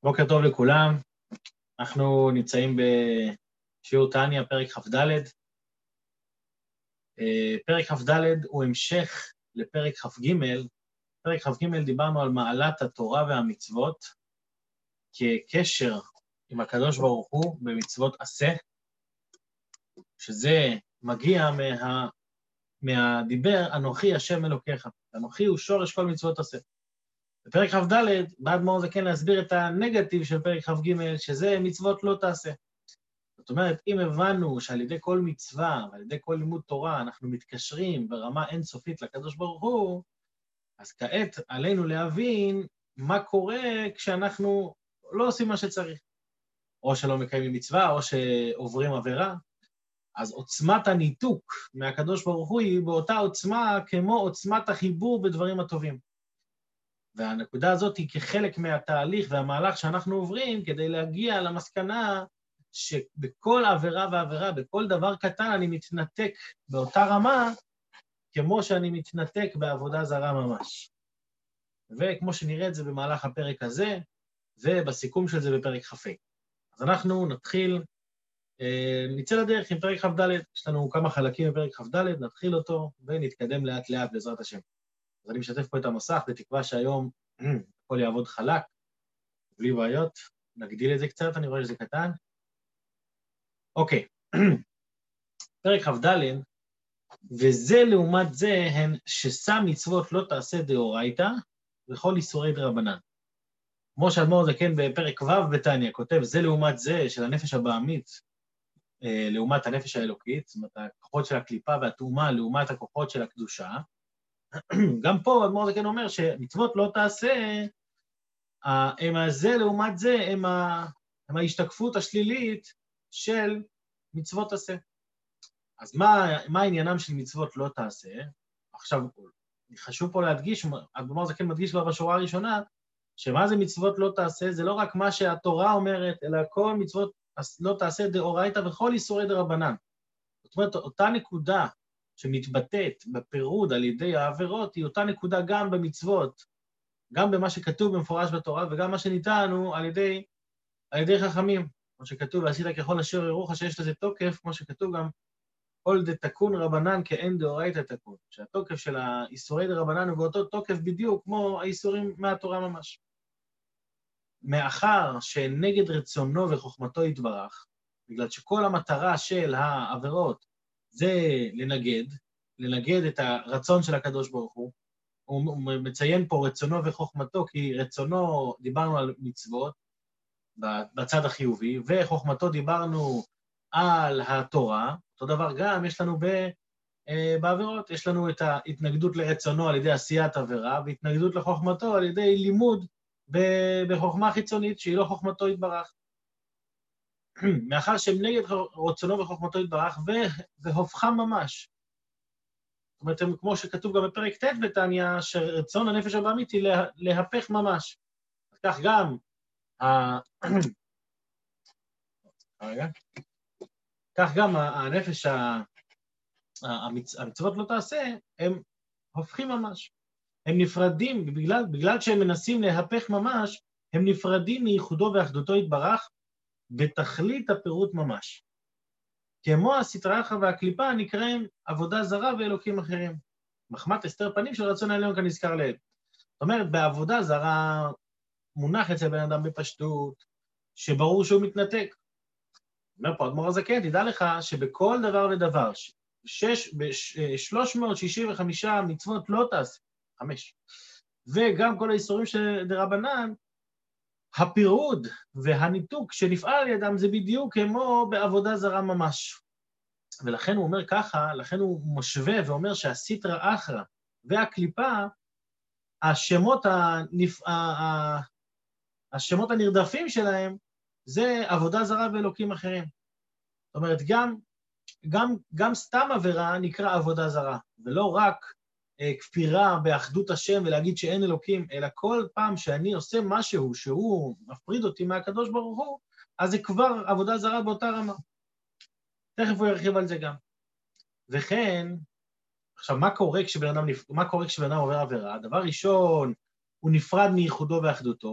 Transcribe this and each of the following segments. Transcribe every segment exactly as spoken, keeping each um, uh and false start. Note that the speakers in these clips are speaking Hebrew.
בוקר טוב לכולם, אנחנו נמצאים בשיעור תניא, פרק כ"ד. פרק כ"ד הוא המשך לפרק כ"ג. פרק כ"ג דיברנו על מעלת התורה והמצוות כקשר עם הקדוש ברוך הוא במצוות עשה, שזה מגיע מה, מהדיבר אנוכי השם אלוקיך. אנוכי הוא שורש כל מצוות עשה. בפרק כ"ד בא אדמו"ר הזקן להסביר את הנגטיב של פרק כ"ג, שזה מצוות לא תעשה. זאת אומרת, אם הבנו שעל ידי כל מצווה ועל ידי כל לימוד תורה אנחנו מתקשרים ברמה אינסופית לקדוש ברוך הוא, אז כעת עלינו להבין מה קורה כשאנחנו לא עושים מה שצריך. או שלא מקיימים מצווה, או שעוברים עבירה. אז עוצמת הניתוק מהקדוש ברוך הוא היא באותה עוצמה כמו עוצמת החיבור בדברים הטובים. והנקודה הזאת היא כחלק מהתהליך והמהלך שאנחנו עוברים כדי להגיע למסקנה שבכל עבירה ועבירה, בכל דבר קטן אני מתנתק באותה רמה כמו שאני מתנתק בעבודה זרה ממש. וכמו שנראה את זה במהלך הפרק הזה, ובסיכום של זה בפרק כ"ה. אז אנחנו נתחיל, נצא לדרך עם פרק כ"ד, יש לנו כמה חלקים בפרק כ"ד, נתחיל אותו ונתקדם לאט לאט בעזרת השם. אז אני משתף פה את המסך, בתקווה שהיום הכל יעבוד חלק, בלי בעיות. נגדיל את זה קצת, אני רואה שזה קטן. אוקיי, פרק כ"ד, וזה לעומת זה הן ששם מצוות לא תעשה דאורייתא, וכל איסורי דרבנן. כמו שאדמו"ר הזקן בפרק ו' בתניא כותב, זה לעומת זה של הנפש הבעמית, לעומת הנפש האלוקית, זאת אומרת, הכוחות של הקליפה והתאומה, לעומת הכוחות של הקדושה, גם פה אדמו"ר הזקן אומר שמצוות לא תעשה, הם הזה לעומת זה, הם, ה, הם ההשתקפות השלילית של מצוות עשה. אז מה, מה העניינם של מצוות לא תעשה? עכשיו, חשוב פה להדגיש, אדמו"ר הזקן מדגיש כבר בשורה הראשונה, שמה זה מצוות לא תעשה, זה לא רק מה שהתורה אומרת, אלא כל מצוות לא תעשה דאורייתא וכל איסורי דרבנן. זאת אומרת, אותה נקודה, שמתבטאת בפירוד על ידי העבירות, היא אותה נקודה גם במצוות, גם במה שכתוב במפורש בתורה, וגם מה שניתנו על ידי, על ידי חכמים. כמו שכתוב, ועשית ככל אשר יראוך שיש לזה תוקף, כמו שכתוב גם, כל דתקון רבנן כאין דאורייתא תקון. שהתוקף של האיסורי דרבנן הוא באותו תוקף בדיוק, כמו האיסורים מהתורה ממש. מאחר שנגד רצונו וחוכמתו יתברך, בגלל שכל המטרה של העבירות, זה לנגד, לנגד את הרצון של הקדוש ברוך הוא. הוא מציין פה רצונו וחוכמתו, כי רצונו דיברנו על מצוות בצד החיובי, וחוכמתו דיברנו על התורה. אותו דבר גם יש לנו בעבירות, יש לנו את ההתנגדות לרצונו על ידי עשיית עבירה, והתנגדות לחוכמתו על ידי לימוד בחוכמה חיצונית, שהיא לא חוכמתו יתברך. מאחר שהם נגד רצונו וחוכמתו יתברך, והופכם ממש. זאת אומרת, הם, כמו שכתוב גם בפרק ט' בתניא, שרצון הנפש הבעמית היא להפך ממש. אז כך גם, כך גם הנפש, המצוות לא תעשה, הם הופכים ממש. הם נפרדים, בגלל, בגלל שהם מנסים להפך ממש, הם נפרדים מייחודו ואחדותו יתברך, בתכלית הפירוט ממש. כמו הסטרא אחרא והקליפה נקראים עבודה זרה ואלוקים אחרים. מחמת הסתר פנים של רצון העליון כנזכר לעיל. זאת אומרת, בעבודה זרה מונח אצל בן אדם בפשטות, שברור שהוא מתנתק. אומר פה אדמו"ר הזקן, תדע לך שבכל דבר ודבר, ב-שלוש מאות שישים וחמש מצוות לא תעשה, חמש, וגם כל האיסורים של דרבנן, הפירוד והניתוק שנפעל על ידם זה בדיוק כמו בעבודה זרה ממש. ולכן הוא אומר ככה, לכן הוא משווה ואומר שהסטרא אחרא והקליפה, השמות, הנפ... השמות הנרדפים שלהם זה עבודה זרה ואלוקים אחרים. זאת אומרת, גם, גם, גם סתם עבירה נקרא עבודה זרה, ולא רק כפירה באחדות השם ולהגיד שאין אלוקים, אלא כל פעם שאני עושה משהו שהוא מפריד אותי מהקדוש ברוך הוא, אז זה כבר עבודה זרה באותה רמה. תכף הוא ירחיב על זה גם. וכן, עכשיו, מה קורה כשבן אדם, מה קורה כשבן אדם עובר עבירה? דבר ראשון, הוא נפרד מייחודו ואחדותו,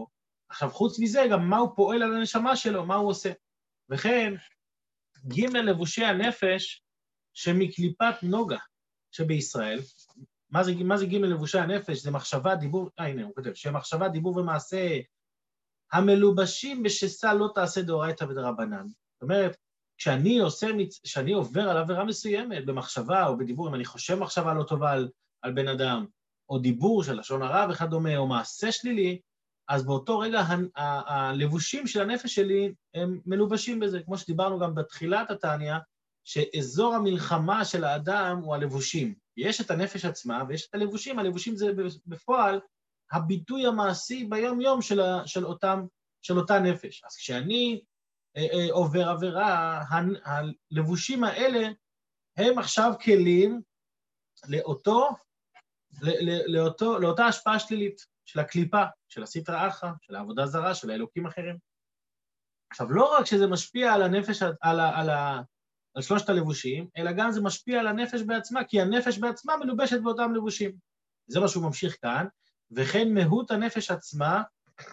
עכשיו, חוץ מזה, גם מה הוא פועל על הנשמה שלו, מה הוא עושה. וכן, ג' לבושי הנפש שמקליפת נוגה שבישראל, מה זה, מה זה ג' לבושי הנפש? זה מחשבה, דיבור, אה, הנה, הוא כותב, שמחשבה, דיבור ומעשה המלובשים בשסה לא תעשה דאורייתא ודרבנן. זאת אומרת, כשאני עושה, כשאני עובר על עבירה מסוימת, במחשבה או בדיבור, אם אני חושב מחשבה לא טובה על, על בן אדם, או דיבור של לשון הרע וכדומה, או מעשה שלילי, אז באותו רגע ה- ה- הלבושים של הנפש שלי הם מלובשים בזה, כמו שדיברנו גם בתחילת התניא, שאזור המלחמה של האדם הוא הלבושים. יש את הנפש עצמה ויש את הלבושים, הלבושים זה בפועל הביטוי המעשי ביום-יום של, ה- של, אותם, של אותה נפש. אז כשאני אה, אה, עובר עבירה, ה- הלבושים האלה הם עכשיו כלים לאותו, ל- ל- לאותו, לאותה השפעה שלילית של הקליפה, של הסטרא אחרא, של העבודה זרה, של האלוקים אחרים. עכשיו, לא רק שזה משפיע על הנפש, על, ה, על, ה, על שלושת הלבושים, אלא גם זה משפיע על הנפש בעצמה, כי הנפש בעצמה מלובשת באותם לבושים. זה מה שהוא ממשיך כאן, וכן מהות הנפש עצמה,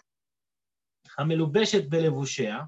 המלובשת בלבושיה,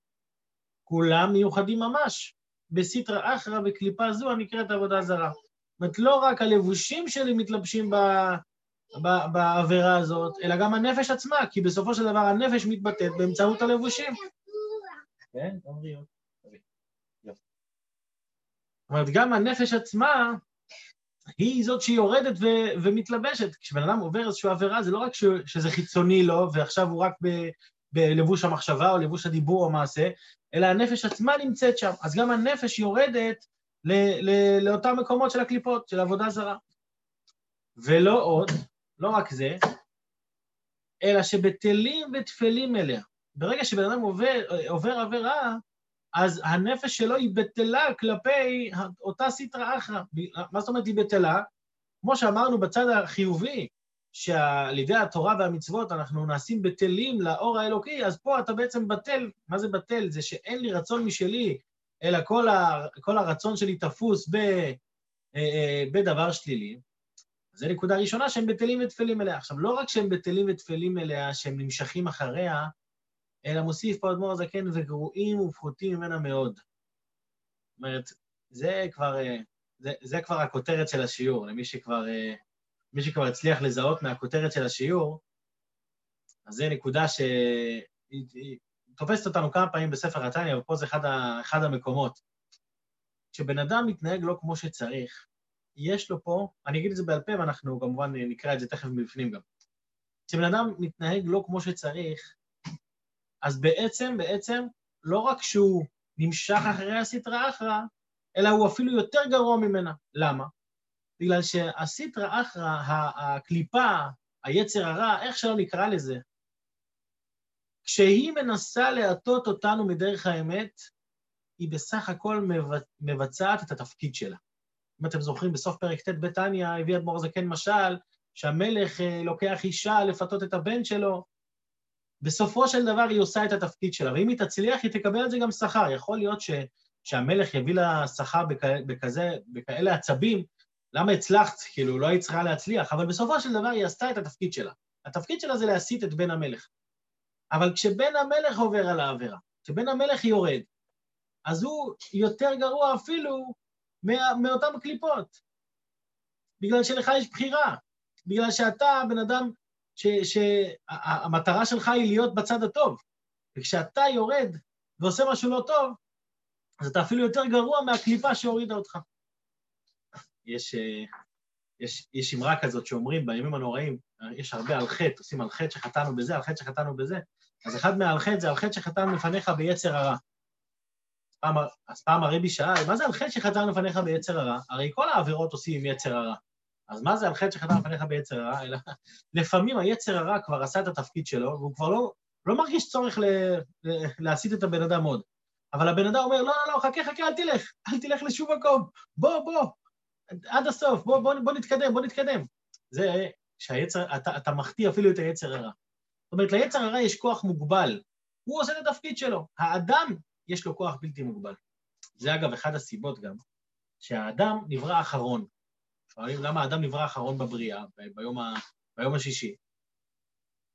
כולם מיוחדים ממש, בסטרא אחרא וקליפה זו הנקראת עבודה זרה. זאת אומרת, לא רק הלבושים שלי מתלבשים ב, ב, בעבירה הזאת, אלא גם הנפש עצמה, כי בסופו של דבר הנפש מתבטאת באמצעות הלבושים. כן, אומרי, זאת אומרת, גם הנפש עצמה, היא זאת שהיא יורדת ו- ומתלבשת. כשבן אדם עובר איזושהי עבירה, זה לא רק ש- שזה חיצוני לו, ועכשיו הוא רק ב- בלבוש המחשבה או לבוש הדיבור או מעשה, אלא הנפש עצמה נמצאת שם. אז גם הנפש יורדת ל- ל- לאותם מקומות של הקליפות, של עבודה זרה. ולא עוד, לא רק זה, אלא שבטלים ותפלים אליה. ברגע שבן אדם עובר, עובר עבירה, אז הנפש שלו היא בטלה כלפי אותה סטרא אחרא. מה זאת אומרת היא בטלה? כמו שאמרנו בצד החיובי, שעל ידי התורה והמצוות אנחנו נעשים בטלים לאור האלוקי, אז פה אתה בעצם בטל. מה זה בטל? זה שאין לי רצון משלי, אלא כל, ה, כל הרצון שלי תפוס ב, בדבר שלילי. זו נקודה ראשונה שהם בטלים ותפלים אליה. עכשיו, לא רק שהם בטלים ותפלים אליה, שהם נמשכים אחריה, אלא מוסיף פה אדמו"ר הזקן וגרועים ופחותים ממנה מאוד. זאת אומרת, זה כבר, זה, זה כבר הכותרת של השיעור, למי שכבר, מי שכבר הצליח לזהות מהכותרת של השיעור, אז זה נקודה שהיא תופסת אותנו כמה פעמים בספר התניא, ופה זה אחד, ה, אחד המקומות. כשבן אדם מתנהג לא כמו שצריך, יש לו פה, אני אגיד את זה בעל פה, ואנחנו כמובן נקרא את זה תכף מבפנים גם. כשבן אדם מתנהג לא כמו שצריך, אז בעצם, בעצם, לא רק שהוא נמשך אחרי הסטרא אחרא, אלא הוא אפילו יותר גרוע ממנה. למה? בגלל שהסטרא אחרא, הקליפה, היצר הרע, איך שלא נקרא לזה, כשהיא מנסה להטות אותנו מדרך האמת, היא בסך הכל מבצעת את התפקיד שלה. אם אתם זוכרים, בסוף פרק ט' בתניא, הביא אדמו"ר הזקן משל, שהמלך לוקח אישה לפתות את הבן שלו, בסופו של דבר היא עושה את התפקיד שלה, ואם היא תצליח, היא תקבל את זה גם שכר. יכול להיות ש, שהמלך יביא לה שכר בכ, בכזה, בכאלה עצבים, למה הצלחת? כאילו, לא היא צריכה להצליח, אבל בסופו של דבר היא עשתה את התפקיד שלה. התפקיד שלה זה להסית את בן המלך. אבל כשבן המלך עובר על העבירה, כשבן המלך יורד, אז הוא יותר גרוע אפילו מה, מאותם קליפות. בגלל שלך יש בחירה, בגלל שאתה בן אדם שהמטרה שלך היא להיות בצד הטוב, וכשאתה יורד ועושה משהו לא טוב, אז אתה אפילו יותר גרוע מהקליפה שהורידה אותך. יש, יש, יש אמרה כזאת שאומרים בימים הנוראים, יש הרבה על חטא, עושים על חטא שחטאנו בזה, על חטא שחטאנו בזה, אז אחד מהעל חטא זה על חטא שחטאנו לפניך ביצר הרע. פעם, אז פעם הרבי שאל, מה זה על חטא שחטאנו לפניך ביצר הרע? הרי כל העבירות עושים עם יצר הרע. אז מה זה על חטא שחטאנו לפניך ביצר הרע? אלא לפעמים היצר הרע כבר עשה את התפקיד שלו, והוא כבר לא, לא מרגיש צורך ל, ל, להסיט את הבן אדם עוד. אבל הבן אדם אומר, לא, לא, לא, חכה, חכה, אל תלך, אל תלך לשום מקום, בוא, בוא, עד הסוף, בוא, בוא, בוא נתקדם, בוא נתקדם. זה שהיצר, אתה, אתה מחטיא אפילו את היצר הרע. זאת אומרת, ליצר הרע יש כוח מוגבל, הוא עושה את התפקיד שלו. האדם יש לו כוח בלתי מוגבל. זה אגב אחד הסיבות גם, שהאדם נברא אחרון. שואלים למה האדם נברא אחרון בבריאה, ביום, ה, ביום השישי.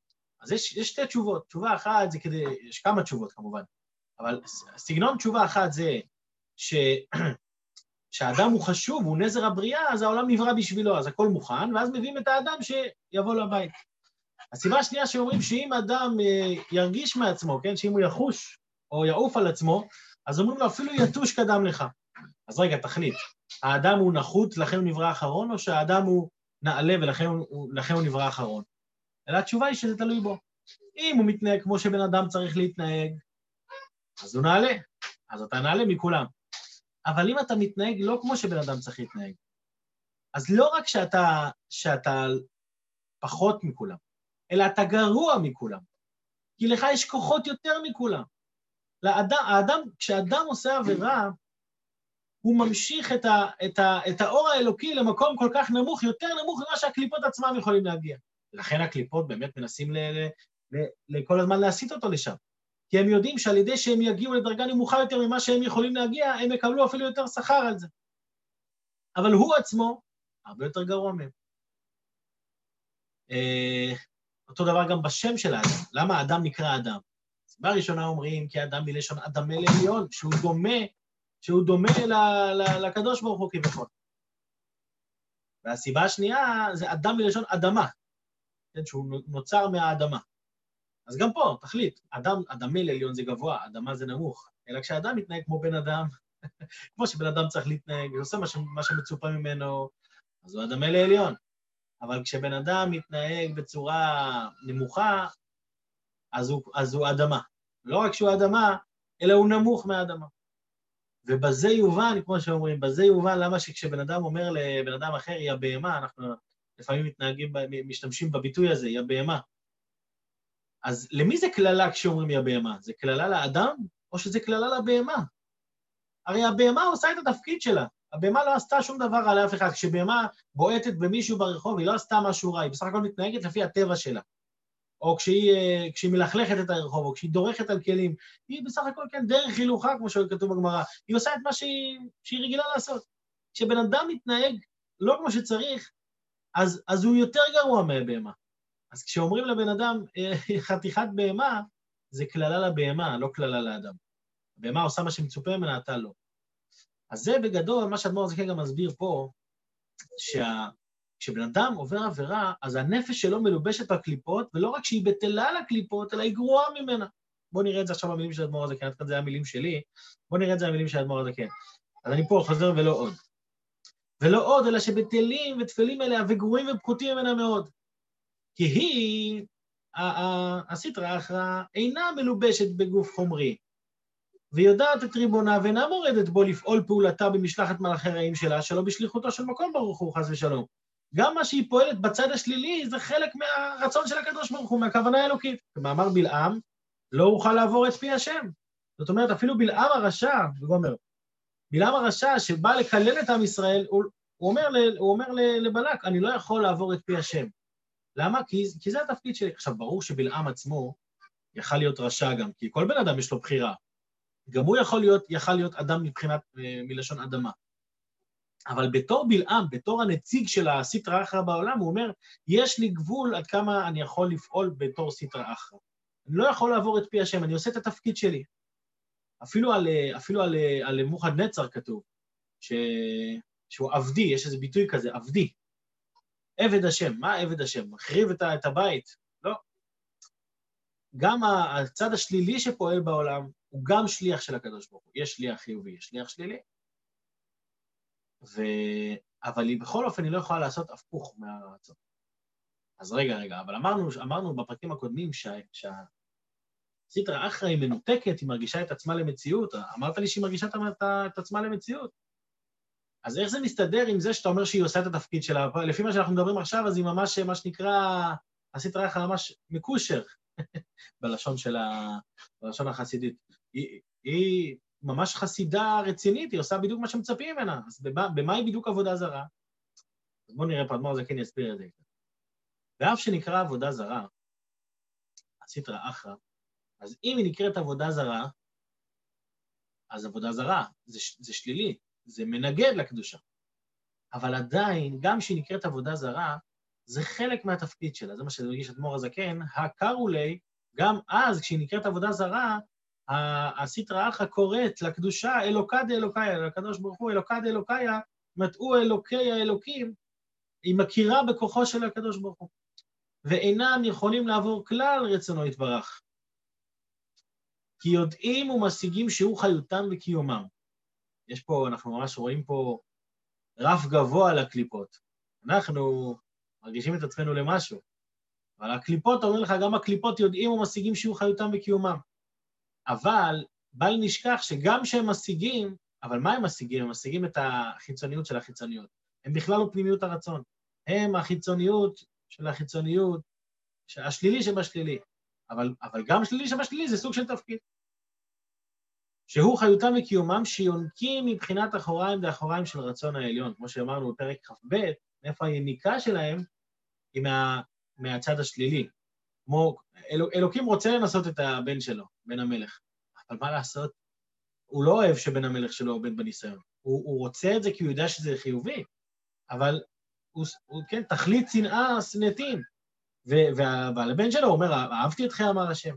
אז יש, יש שתי תשובות. תשובה אחת זה כדי, יש כמה תשובות כמובן, אבל סגנון תשובה אחת זה ש... שהאדם הוא חשוב, הוא נזר הבריאה, אז העולם נברא בשבילו, אז הכל מוכן, ואז מביאים את האדם שיבוא לבית. הסיבה השנייה שאומרים שאם אדם ירגיש מעצמו, כן, שאם הוא יחוש או יעוף על עצמו, אז אומרים לו אפילו יתוש קדם לך. אז רגע, תחליט, האדם הוא נחות, לכן הוא נברא אחרון, או שהאדם הוא נעלה ולכן הוא, לכן הוא נברא אחרון? אלא התשובה היא שזה תלוי בו. אם הוא מתנהג כמו שבן אדם צריך להתנהג, אז הוא נעלה, אז אתה נעלה מכולם. אבל אם אתה מתנהג לא כמו שבן אדם צריך להתנהג, אז לא רק שאתה, שאתה פחות מכולם, אלא אתה גרוע מכולם, כי לך יש כוחות יותר מכולם. לאדם, האדם, כשאדם עושה עבירה, הוא ממשיך את, ה, את, ה, את האור האלוקי למקום כל כך נמוך, יותר נמוך ממה שהקליפות עצמם יכולים להגיע. לכן הקליפות באמת מנסים ל, ל, ל, לכל הזמן להסיט אותו לשם. כי הם יודעים שעל ידי שהם יגיעו לדרגה נמוכה יותר ממה שהם יכולים להגיע, הם יקבלו אפילו יותר שכר על זה. אבל הוא עצמו הרבה יותר גרוע מהם. אה, אותו דבר גם בשם של האדם. למה האדם נקרא אדם? סיבה ראשונה אומרים כי האדם מלשון אדמה לעליון, שהוא דומה, שהוא דומה ל, ל, לקדוש ברוך הוא כביכול. והסיבה השנייה זה אדם מלשון אדמה, כן, שהוא נוצר מהאדמה. אז גם פה, תחליט, אדם, אדמה לעליון זה גבוה, אדמה זה נמוך. אלא כשאדם מתנהג כמו בן אדם, כמו שבן אדם צריך להתנהג, הוא עושה מה, ש, מה שמצופה ממנו, אז הוא אדמה לעליון. אבל כשבן אדם מתנהג בצורה נמוכה, אז הוא, אז הוא אדמה. לא רק שהוא אדמה, אלא הוא נמוך מהאדמה. ובזה יובן, כמו שאומרים, בזה יובן למה שכשבן אדם אומר לבן אדם אחר, היא הבהמה, אנחנו לפעמים מתנהגים, משתמשים בביטוי הזה, היא הבהמה. אז למי זה כללה כשאומרים היא הבהמה? זה כללה לאדם, או שזה כללה לבהמה? הרי הבהמה עושה את התפקיד שלה. הבהמה לא עשתה שום דבר על אף אחד. כשבהמה בועטת במישהו ברחוב, היא לא עשתה משהו רע, היא בסך הכל מתנהגת לפי הטבע שלה. או כשהיא, כשהיא מלכלכת את הרחוב, או כשהיא דורכת על כלים, היא בסך הכל כן דרך הילוכה, כמו שכתוב בגמרא, היא עושה את מה שהיא, שהיא רגילה לעשות. כשבן אדם מתנהג לא כמו שצריך, אז, אז הוא יותר גרוע מהבהמה. אז כשאומרים לבן אדם חתיכת בהמה, זה כללה לבהמה, לא כללה לאדם. הבהמה עושה מה שמצופה ממנה, אתה לא. אז זה בגדול, מה שאדמו"ר הזקן גם מסביר פה, שכשבן אדם עובר עבירה, אז הנפש שלו מלובשת בקליפות, ולא רק שהיא בטלה לקליפות, אלא היא גרועה ממנה. בואו נראה את זה עכשיו במילים של אדמו"ר הזקן, עד כאן זה המילים שלי, בואו נראה את זה במילים של אדמו"ר הזקן. אז אני פה חוזר ולא עוד. ולא עוד, אלא שבטלים וטפלים אליה וגרועים ופחותים ממנה מאוד. כי היא, הסטרא אחרא, אינה מלובשת בגוף חומרי, ויודעת את ריבונה ואינה מורדת בו לפעול פעולתה במשלחת מלאכי רעים שלה, שלא בשליחותו של מקום ברוך הוא, חס ושלום. גם מה שהיא פועלת בצד השלילי, זה חלק מהרצון של הקדוש ברוך הוא, מהכוונה האלוקית. במאמר בלעם, לא אוכל לעבור את פי השם. זאת אומרת, אפילו בלעם הרשע, הוא אומר, בלעם הרשע שבא לקלל את עם ישראל, הוא, הוא אומר, הוא אומר לבלק, אני לא יכול לעבור את פי השם. למה? כי, כי זה התפקיד שלי. עכשיו, ברור שבלעם עצמו יכל להיות רשע גם, כי כל בן אדם יש לו בחירה. גם הוא יכול להיות, יכל להיות אדם מבחינת, מלשון אדמה. אבל בתור בלעם, בתור הנציג של הסטרא אחרא בעולם, הוא אומר, יש לי גבול עד כמה אני יכול לפעול בתור סטרא אחרא. אני לא יכול לעבור את פי השם, אני עושה את התפקיד שלי. אפילו על, אפילו על, על נבוכדנצר כתוב, ש, שהוא עבדי, יש איזה ביטוי כזה, עבדי. עבד השם, מה עבד השם? מחריב את, את הבית? לא. גם הצד השלילי שפועל בעולם, הוא גם שליח של הקדוש ברוך הוא. יש שליח חיובי, יש שליח שלילי. ו... אבל היא בכל אופן היא לא יכולה לעשות הפוך מהרצון. אז רגע, רגע, אבל אמרנו, אמרנו בפרקים הקודמים שה... שהסטרא אחרא היא מנותקת, היא מרגישה את עצמה למציאות. אמרת לי שהיא מרגישה את עצמה למציאות. אז איך זה מסתדר עם זה שאתה אומר שהיא עושה את התפקיד שלה? לפי מה שאנחנו מדברים עכשיו, אז היא ממש, מה שנקרא, הסטרא אחרא ממש מקושר, בלשון של ה... בלשון החסידית. היא, היא ממש חסידה רצינית, היא עושה בדיוק מה שמצפים ממנה. אז במה, במה היא בדיוק עבודה זרה? אז בואו נראה, אדמו"ר הזקן יסביר את זה. ואף שנקרא עבודה זרה, הסטרא אחרא, אז אם היא נקראת עבודה זרה, אז עבודה זרה, זה, זה שלילי. זה מנגד לקדושה. אבל עדיין, גם שהיא נקראת עבודה זרה, זה חלק מהתפקיד שלה, זה מה שמרגיש אדמו"ר הזקן, הקרולי, גם אז, כשהיא נקראת עבודה זרה, הסטרא אחרא קוראת לקדושה אלוקא דאלוקיה, לקדוש ברוך הוא אלוקא דאלוקיה, מטעו אלוקי האלוקים, היא מכירה בכוחו של הקדוש ברוך הוא, ואינם יכולים לעבור כלל רצונו יתברך, כי יודעים ומשיגים שהוא חיותם וקיומם. יש פה, אנחנו ממש רואים פה רף גבוה על הקליפות. אנחנו מרגישים את עצמנו למשהו, אבל הקליפות, אומרים לך, גם הקליפות יודעים ומשיגים שהוא חיותם וקיומם. אבל בל נשכח שגם שהם משיגים, אבל מה הם משיגים? הם משיגים את החיצוניות של החיצוניות. הם בכלל לא פנימיות הרצון. הם החיצוניות של החיצוניות, השלילי שבשלילי. אבל, אבל גם שלילי שבשלילי זה סוג של תפקיד. שהוא חיותם וקיומם שיונקים מבחינת אחוריים ואחוריים של רצון העליון. כמו שאמרנו בפרק כ"ב, מאיפה היניקה שלהם היא מה, מהצד השלילי. כמו, אלוק, אלוקים רוצה לנסות את הבן שלו, בן המלך. אבל מה לעשות? הוא לא אוהב שבן המלך שלו עובד בניסיון. הוא, הוא רוצה את זה כי הוא יודע שזה חיובי, אבל הוא, הוא כן, תכלית שנאה שנאתים. ועל הבן שלו הוא אומר, אהבתי אתכם, אמר השם.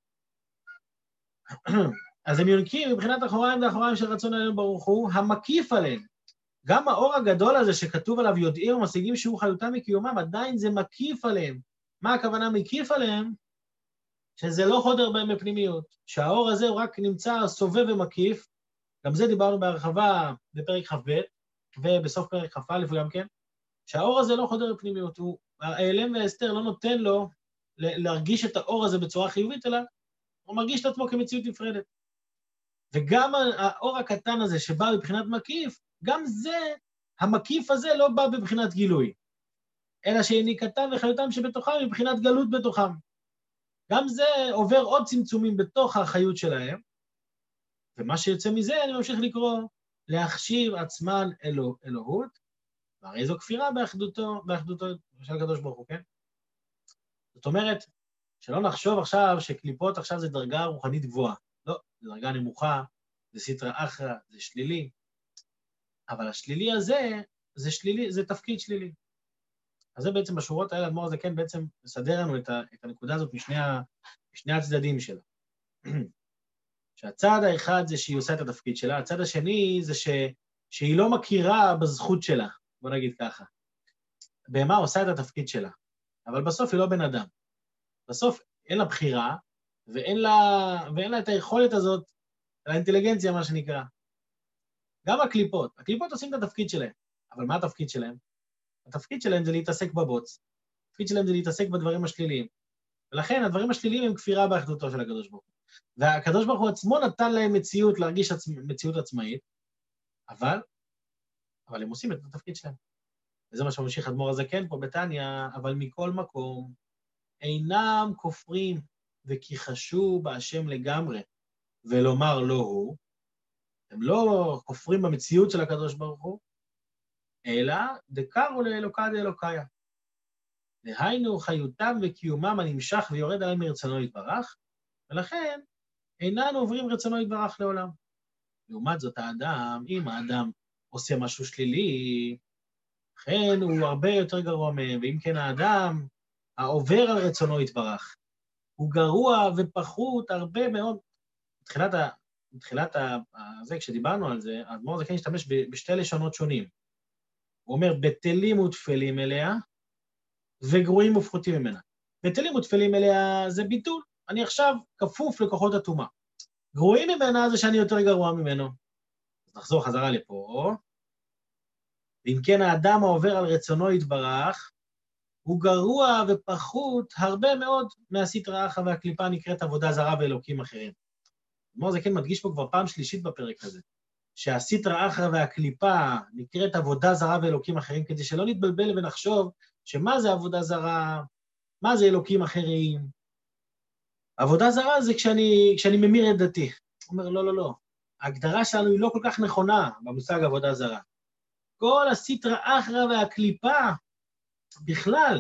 אז הם יונקים מבחינת אחוריים ואחוריים של רצון העליון ברוך הוא, המקיף עליהם. גם האור הגדול הזה שכתוב עליו יודעים ומשיגים שהוא חיותם וקיומם, עדיין זה מקיף עליהם. מה הכוונה מקיף עליהם? שזה לא חודר בהם בפנימיות, שהאור הזה הוא רק נמצא סובב ומקיף, גם זה דיברנו בהרחבה בפרק כ"ב, ובסוף פרק כ"א גם כן, שהאור הזה לא חודר בפנימיות, הוא, האלם והאסתר לא נותן לו להרגיש את האור הזה בצורה חיובית, אלא הוא מרגיש את עצמו כמציאות נפרדת. וגם האור הקטן הזה שבא בבחינת מקיף, גם זה, המקיף הזה לא בא בבחינת גילוי, אלא שהיניקתם וחיותם שבתוכם מבחינת גלות בתוכם. גם זה עובר עוד צמצומים בתוך החיות שלהם, ומה שיוצא מזה, אני ממשיך לקרוא, להחשיב עצמן אלוה, אלוהות, והרי זו כפירה באחדותו, באחדותו של הקדוש ברוך הוא, כן? זאת אומרת, שלא נחשוב עכשיו שקליפות עכשיו זה דרגה רוחנית גבוהה. לא, זה דרגה נמוכה, זה סטרא אחרא, זה שלילי. אבל השלילי הזה, זה שלילי, זה תפקיד שלילי. אז זה בעצם בשורות האלה, אדמו"ר הזקן בעצם מסדר לנו את, ה, את הנקודה הזאת משני, ה, משני הצדדים שלה. שהצד האחד זה שהיא עושה את התפקיד שלה, הצד השני זה ש, שהיא לא מכירה בזכות שלה, בוא נגיד ככה. בהמה עושה את התפקיד שלה, אבל בסוף היא לא בן אדם. בסוף אין לה בחירה, ואין לה, ואין לה את היכולת הזאת, האינטליגנציה, מה שנקרא. גם הקליפות, הקליפות עושים את התפקיד שלהם, אבל מה התפקיד שלהם? התפקיד שלהם זה להתעסק בבוץ, התפקיד שלהם זה להתעסק בדברים השליליים, ולכן הדברים השליליים הם כפירה באחדותו של הקדוש ברוך הוא. והקדוש ברוך הוא עצמו נתן להם מציאות, להרגיש עצמ... מציאות עצמאית, אבל, אבל הם עושים את התפקיד שלהם. וזה מה שממשיך אדמו"ר הזקן פה בתניא, אבל מכל מקום, אינם כופרים וכיחשו בהשם לגמרי, ולומר לא הוא, הם לא כופרים במציאות של הקדוש ברוך הוא, אלא דקרו לאלוקא דאלוקיה. דהיינו חיותם וקיומם הנמשך ויורד עליהם מרצונו יתברך, ולכן אינם עוברים רצונו יתברך לעולם. לעומת זאת האדם, אם האדם עושה משהו שלילי, לכן הוא הרבה יותר גרוע מהם, ואם כן האדם העובר על רצונו יתברך, הוא גרוע ופחות הרבה מאוד. בתחילת ה... בתחילת ה... זה, כשדיברנו על זה, האדמו"ר הזקן השתמש בשתי לשונות שונים. הוא אומר, בטלים ותפלים אליה, וגרועים ופחותים ממנה. בטלים ותפלים אליה זה ביטול. אני עכשיו כפוף לכוחות הטומאה. גרועים ממנה זה שאני יותר גרוע ממנו. אז נחזור חזרה לפה. ואם כן האדם העובר על רצונו יתברך, הוא גרוע ופחות הרבה מאוד מהסטרא אחרא והקליפה נקראת עבודה זרה ואלוקים אחרים. האדמו"ר הזקן מדגיש פה כבר פעם שלישית בפרק הזה, שהסטרא אחרא והקליפה נקראת עבודה זרה ואלוקים אחרים, כדי שלא נתבלבל ונחשוב שמה זה עבודה זרה, מה זה אלוקים אחרים. עבודה זרה זה כשאני, כשאני ממיר את דתי. הוא אומר, לא, לא, לא. ההגדרה שלנו היא לא כל כך נכונה במושג עבודה זרה. כל הסטרא אחרא והקליפה, בכלל,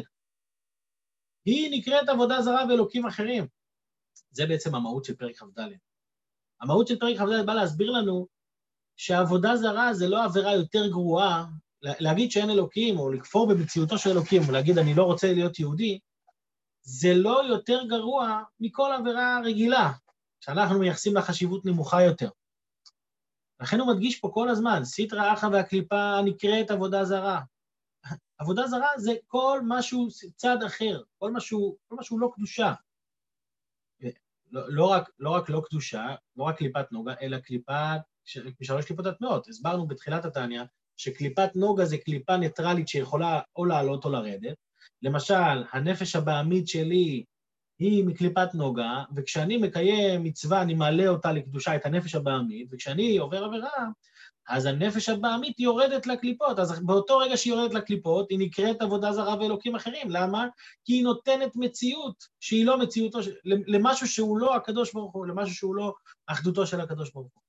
היא נקראת עבודה זרה ואלוקים אחרים. זה בעצם המהות של פרק כ"ד. המהות של פרק כ"ד בא להסביר לנו שהעבודה זרה זה לא עבירה יותר גרועה, להגיד שאין אלוקים, או לכפור במציאותו של אלוקים, ולהגיד אני לא רוצה להיות יהודי, זה לא יותר גרוע מכל עבירה רגילה, שאנחנו מייחסים לה חשיבות נמוכה יותר. לכן הוא מדגיש פה כל הזמן, סטרא אחרא והקליפה נקראת עבודה זרה. עבודה זרה זה כל משהו צד אחר, כל משהו, כל משהו לא קדושה. לא, לא, רק, לא רק לא קדושה, לא רק קליפת נוגה, אלא קליפת, משלוש קליפות הטמעות. הסברנו בתחילת התניא, שקליפת נוגה זה קליפה ניטרלית שיכולה או לעלות או לרדת. למשל, הנפש הבעמית שלי היא מקליפת נוגה, וכשאני מקיים מצווה, אני מעלה אותה לקדושה, את הנפש הבעמית, וכשאני עובר עבירה, אז הנפש הבעמית יורדת לקליפות. אז באותו רגע שהיא יורדת לקליפות, היא נקראת עבודה זרה ואלוקים אחרים. למה? כי היא נותנת מציאות שהיא לא מציאותו, למשהו שהוא לא הקדוש ברוך הוא, למשהו שהוא לא אחדותו של הקדוש ברוך הוא.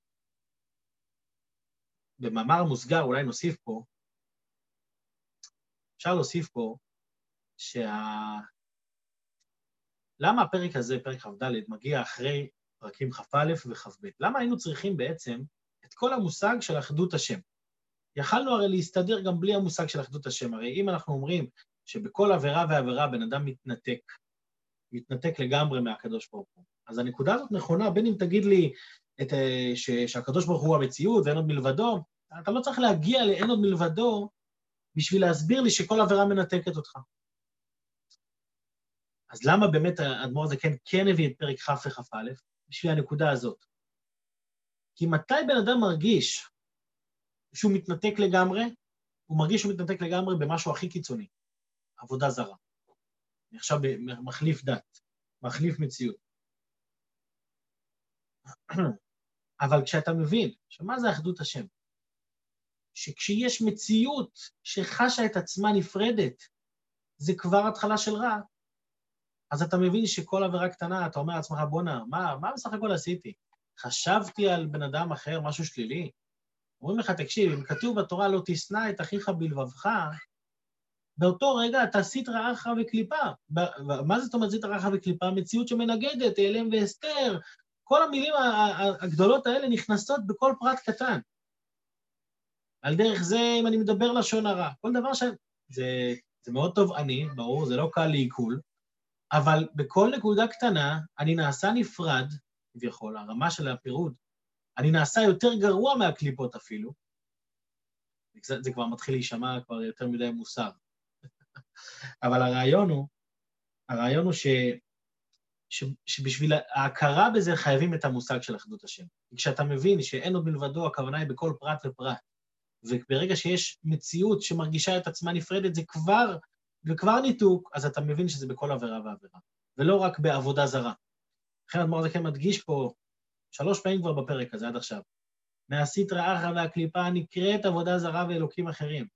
במאמר מוסגר, אולי נוסיף פה, אפשר להוסיף פה, שה... למה הפרק הזה, פרק כ"ד, מגיע אחרי פרקים כ"א וכ"ב? למה היינו צריכים בעצם את כל המושג של אחדות השם? יכלנו הרי להסתדר גם בלי המושג של אחדות השם. הרי אם אנחנו אומרים שבכל עבירה ועבירה בן אדם מתנתק, מתנתק לגמרי מהקדוש ברוך הוא, אז הנקודה הזאת נכונה, בין אם תגיד לי את, ש, שהקדוש ברוך הוא המציאות ואין עוד מלבדו, אתה לא צריך להגיע לאין עוד מלבדו בשביל להסביר לי שכל עבירה מנתקת אותך. אז למה באמת האדמו"ר הזה כן, כן הביא את פרק כ' וכ"א? בשביל הנקודה הזאת. כי מתי בן אדם מרגיש שהוא מתנתק לגמרי, הוא מרגיש שהוא מתנתק לגמרי במשהו הכי קיצוני, עבודה זרה. עכשיו מחליף דת, מחליף מציאות. אבל כשאתה מבין שמה זה אחדות השם, שכשיש מציאות שחשה את עצמה נפרדת, זה כבר התחלה של רע, אז אתה מבין שכל עבירה קטנה, אתה אומר לעצמך, בונה, מה, מה בסך הכל עשיתי? חשבתי על בן אדם אחר, משהו שלילי? אומרים לך, תקשיב, אם כתוב בתורה לא תשנא את אחיך בלבבך, באותו רגע אתה סטרא אחרא וקליפה. מה זאת אומרת סטרא אחרא וקליפה? מציאות שמנגדת, העלם והסתר. כל המילים הגדולות האלה נכנסות בכל פרט קטן. על דרך זה, אם אני מדבר לשון הרע, כל דבר ש... זה, זה מאוד תובעני, ברור, זה לא קל לעיכול, אבל בכל נקודה קטנה אני נעשה נפרד, כביכול, הרמה של הפירוד, אני נעשה יותר גרוע מהקליפות אפילו, זה, זה כבר מתחיל להישמע כבר יותר מדי מוסר. אבל הרעיון הוא, הרעיון הוא ש, ש, שבשביל ההכרה בזה חייבים את המושג של אחדות השם. כשאתה מבין שאין עוד מלבדו, הכוונה היא בכל פרט ופרט, וברגע שיש מציאות שמרגישה את עצמה נפרדת, זה כבר, וכבר ניתוק, אז אתה מבין שזה בכל עבירה ועבירה, ולא רק בעבודה זרה. לכן האדמו"ר הזה כן מדגיש פה, שלוש פעמים כבר בפרק הזה עד עכשיו, מהסטרא אחרא והקליפה נקראת עבודה זרה ואלוקים אחרים.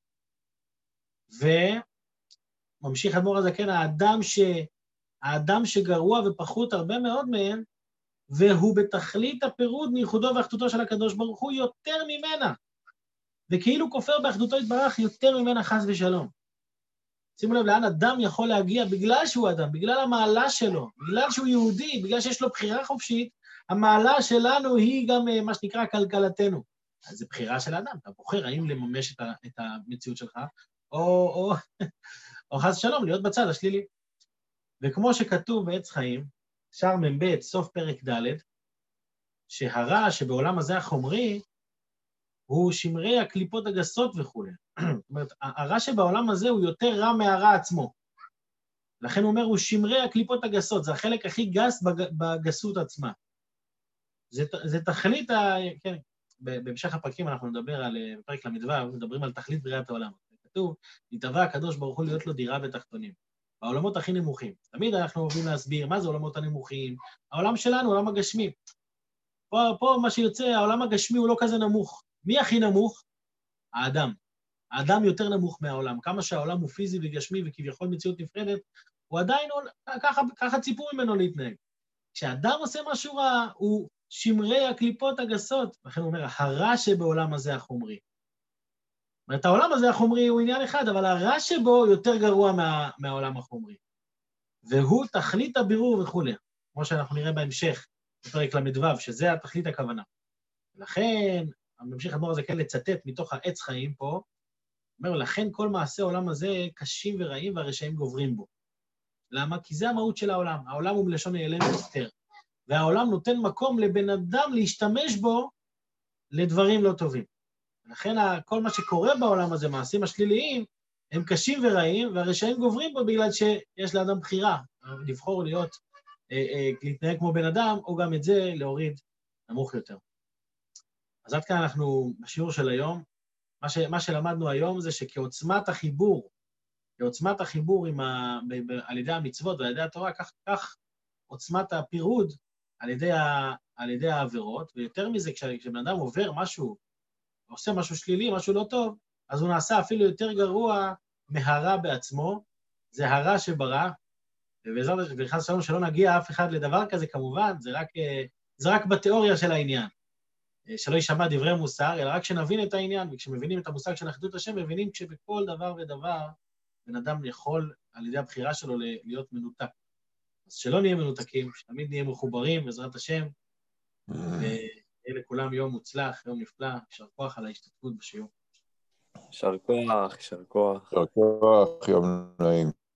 וממשיך האדמו"ר הזה כן, האדם, ש... האדם שגרוע ופחות הרבה מאוד מהם, והוא בתכלית הפירוד מייחודו ואחדותו של הקדוש ברוך הוא יותר ממנה, וכאילו כופר באחדותו יתברך יותר ממנה חס ושלום. שימו לב לאן אדם יכול להגיע בגלל שהוא אדם, בגלל המעלה שלו, בגלל שהוא יהודי, בגלל שיש לו בחירה חופשית, המעלה שלנו היא גם מה שנקרא כלכלתנו. אז זו בחירה של האדם, אתה בוחר האם לממש את, ה, את המציאות שלך, או, או, או חס שלום, להיות בצד השלילי. וכמו שכתוב בעץ חיים, שער מ"ב, סוף פרק ד', שהרע שבעולם הזה החומרי, הוא שמרי הקליפות הגסות וכו'. זאת אומרת, הרע שבעולם הזה הוא יותר רע מהרע עצמו. לכן הוא אומר, הוא שמרי הקליפות הגסות, זה החלק הכי גס בגסות עצמה. זה, זה תכלית, ה... כן, בהמשך הפרקים אנחנו נדבר על, בפרק למדבר, מדברים על תכלית בריאת העולם. כתוב, נתבע הקדוש ברוך הוא להיות לו דירה בתחתונים. בעולמות הכי נמוכים. תמיד אנחנו אוהבים להסביר מה זה עולמות הנמוכים. העולם שלנו, העולם הגשמי. פה, פה מה שיוצא, העולם הגשמי הוא לא כזה נמוך. מי הכי נמוך? האדם. האדם יותר נמוך מהעולם. כמה שהעולם הוא פיזי וגשמי וכביכול מציאות נפרדת, הוא עדיין, ככה, ככה ציפור ממנו להתנהג. כשאדם עושה משהו רע, הוא שמרי הקליפות הגסות. לכן הוא אומר, הרע שבעולם הזה החומרי. זאת אומרת, העולם הזה החומרי הוא עניין אחד, אבל הרע שבו יותר גרוע מה, מהעולם החומרי. והוא תכלית הבירור וכו'. כמו שאנחנו נראה בהמשך, בפרק למדבר, שזה התכלית הכוונה. לכן, ממשיך האדמו"ר הזה כן לצטט מתוך העץ חיים פה, אומר, לכן כל מעשי העולם הזה קשים ורעים והרשעים גוברים בו. למה? כי זה המהות של העולם. העולם הוא מלשון נעלם והסתר. והעולם נותן מקום לבן אדם להשתמש בו לדברים לא טובים. לכן כל מה שקורה בעולם הזה, מעשים השליליים, הם קשים ורעים, והרשעים גוברים בו בגלל שיש לאדם בחירה, לבחור להיות, אה, אה, להתנהג כמו בן אדם, או גם את זה להוריד נמוך יותר. אז עד כאן אנחנו, בשיעור של היום, מה, ש, מה שלמדנו היום זה שכעוצמת החיבור, כעוצמת החיבור עם ה, ב, ב, על ידי המצוות ועל ידי התורה, כך, כך עוצמת הפירוד על ידי, ה, על ידי העבירות, ויותר מזה, כשבן אדם עובר משהו, עושה משהו שלילי, משהו לא טוב, אז הוא נעשה אפילו יותר גרוע מהרע בעצמו, זה הרע שברא, ובעזרת וחס ושלום שלא נגיע אף אחד לדבר כזה כמובן, זה רק, זה רק בתיאוריה של העניין. שלא יישמע דברי מוסר, אלא רק שנבין את העניין, וכשמבינים את המושג של אחדות השם, מבינים שבכל דבר ודבר, בן אדם יכול על ידי הבחירה שלו להיות מנותק. אז שלא נהיה מנותקים, שתמיד נהיה מחוברים, בעזרת השם, ויהיה לכולם יום מוצלח, יום נפלא, יישר כוח על ההשתתפות בשיעור. יישר כוח, יישר כוח. יישר כוח, יום נעים.